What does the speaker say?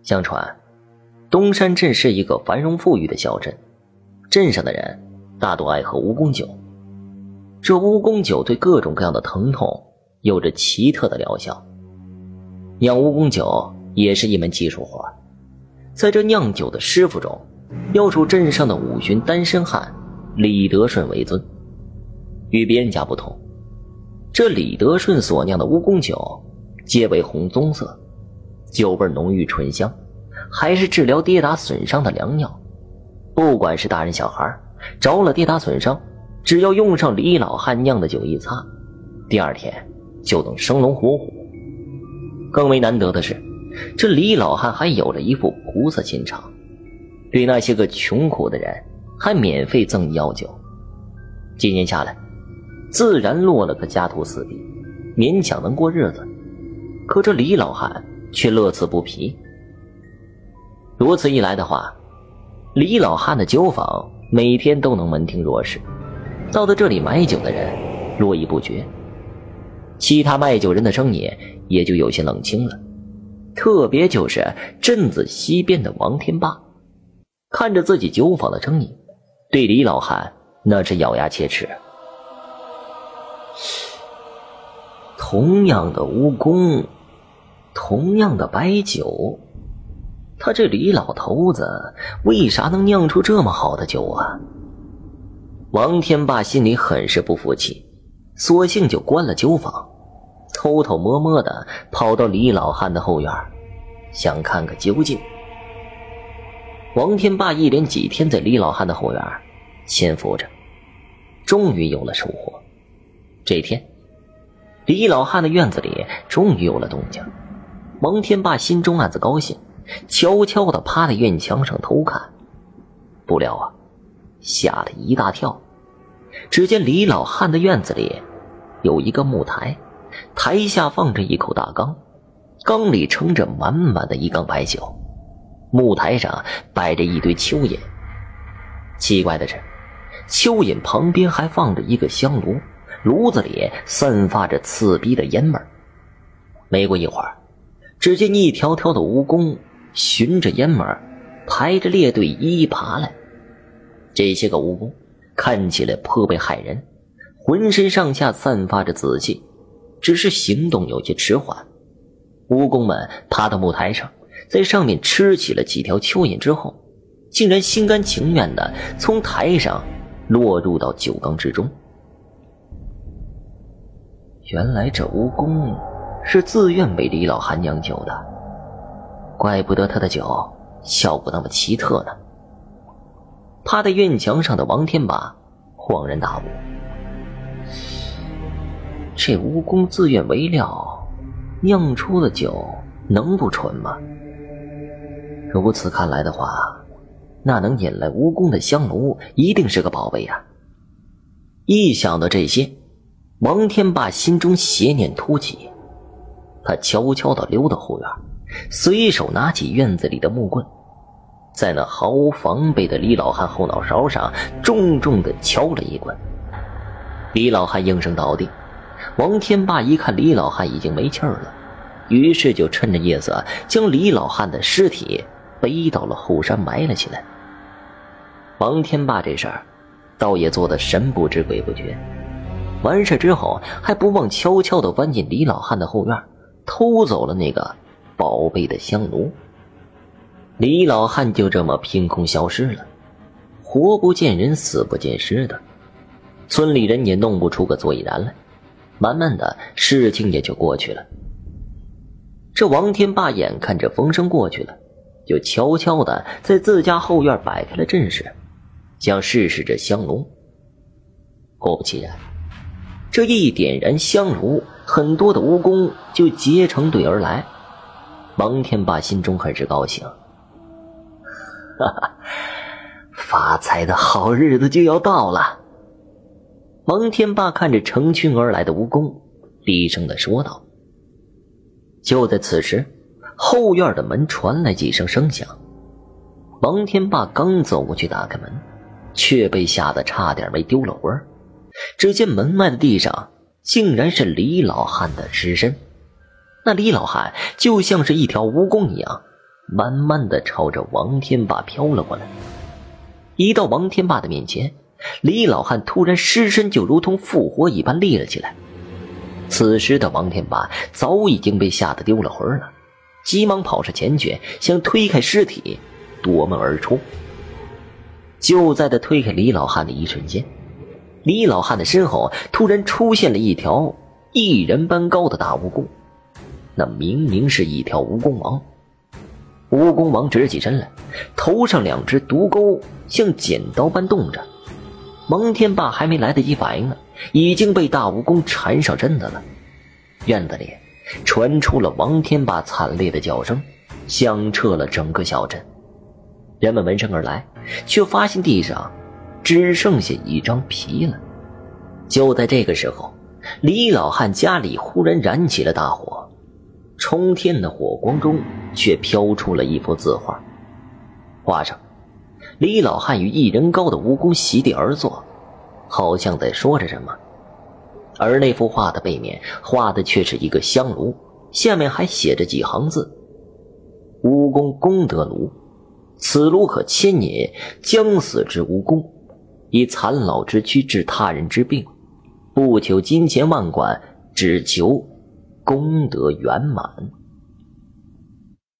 相传东山镇是一个繁荣富裕的小镇，镇上的人大多爱喝蜈蚣酒。这蜈蚣酒对各种各样的疼痛有着奇特的疗效。酿蜈蚣酒也是一门技术活，在这酿酒的师傅中，要数镇上的五旬单身汉李德顺为尊。与别人家不同，这李德顺所酿的蜈蚣酒皆为红棕色，酒味浓郁醇香，还是治疗跌打损伤的良药。不管是大人小孩，着了跌打损伤，只要用上李老汉酿的酒一擦，第二天就能生龙活虎。更为难得的是，这李老汉还有了一副菩萨心肠，对那些个穷苦的人还免费赠药酒。几年下来，自然落了个家徒四壁，勉强能过日子。可这李老汉却乐此不疲。如此一来的话，李老汉的酒坊每天都能门庭若市，到这里买酒的人络绎不绝，其他卖酒人的生意也就有些冷清了。特别就是镇子西边的王天霸，看着自己酒坊的生意，对李老汉那是咬牙切齿。同样的蜈蚣，同样的白酒，他这李老头子为啥能酿出这么好的酒啊？王天霸心里很是不服气，索性就关了酒坊，偷偷摸摸的跑到李老汉的后院，想看个究竟。王天霸一连几天在李老汉的后院潜伏着，终于有了收获。这天，李老汉的院子里终于有了动静。王天霸心中暗自高兴，悄悄地趴在院墙上偷看。不料啊，吓了一大跳。只见李老汉的院子里有一个木台，台下放着一口大缸，缸里盛着满满的一缸白酒，木台上摆着一堆蚯蚓。奇怪的是，蚯蚓旁边还放着一个香炉，炉子里散发着刺鼻的烟味。没过一会儿，只见一条条的蜈蚣循着烟味排着列队一一爬来。这些个蜈蚣看起来颇为骇人，浑身上下散发着紫气，只是行动有些迟缓。蜈蚣们爬到木台上，在上面吃起了几条蚯蚓之后，竟然心甘情愿地从台上落入到酒缸之中。原来这蜈蚣是自愿为李老汉酿酒的，怪不得他的酒效果那么奇特呢。趴在院墙上的王天霸恍然大悟，这蜈蚣自愿为料酿出的酒能不纯吗？如此看来的话，那能引来蜈蚣的香炉一定是个宝贝啊。一想到这些，王天霸心中邪念突起，他悄悄地溜到后院，随手拿起院子里的木棍，在那毫无防备的李老汉后脑勺上重重地敲了一棍。李老汉应声倒地。王天霸一看李老汉已经没气儿了，于是就趁着夜色将李老汉的尸体背到了后山埋了起来。王天霸这事儿倒也做得神不知鬼不觉，完事之后还不忘悄悄地弯进李老汉的后院，偷走了那个宝贝的香炉。李老汉就这么凭空消失了，活不见人死不见尸的。村里人也弄不出个所以然来，慢慢的事情也就过去了。这王天霸眼看着风声过去了，就悄悄的在自家后院摆开了阵势，想试试这香炉。果不其然，这一点燃香炉，很多的蜈蚣就结成队而来。王天霸心中很是高兴，哈哈，发财的好日子就要到了。王天霸看着成群而来的蜈蚣，低声地说道。就在此时，后院的门传来几声声响。王天霸刚走过去打开门，却被吓得差点没丢了魂儿。只见门外的地上竟然是李老汉的尸身，那李老汉就像是一条蜈蚣一样， 慢慢地朝着王天霸飘了过来。一到王天霸的面前，李老汉突然尸身就如同复活一般立了起来。此时的王天霸早已经被吓得丢了魂了，急忙跑上前去，想推开尸体夺门而出。就在他推开李老汉的一瞬间，李老汉的身后突然出现了一条1人般高的大蜈蚣，那明明是一条蜈蚣王。蜈蚣王直起身来，头上2只毒钩像剪刀般动着。王天霸还没来得及反应呢，已经被大蜈蚣缠上身子了。院子里传出了王天霸惨烈的叫声，响彻了整个小镇。人们闻声而来，却发现地上只剩下一张皮了。就在这个时候，李老汉家里忽然燃起了大火，冲天的火光中却飘出了一幅字画。画上李老汉与1人高的蜈蚣席地而坐，好像在说着什么。而那幅画的背面画的却是一个香炉，下面还写着几行字：蜈蚣功德炉，此炉可牵引将死之蜈蚣，以残老之躯治他人之病，不求金钱万贯，只求功德圆满。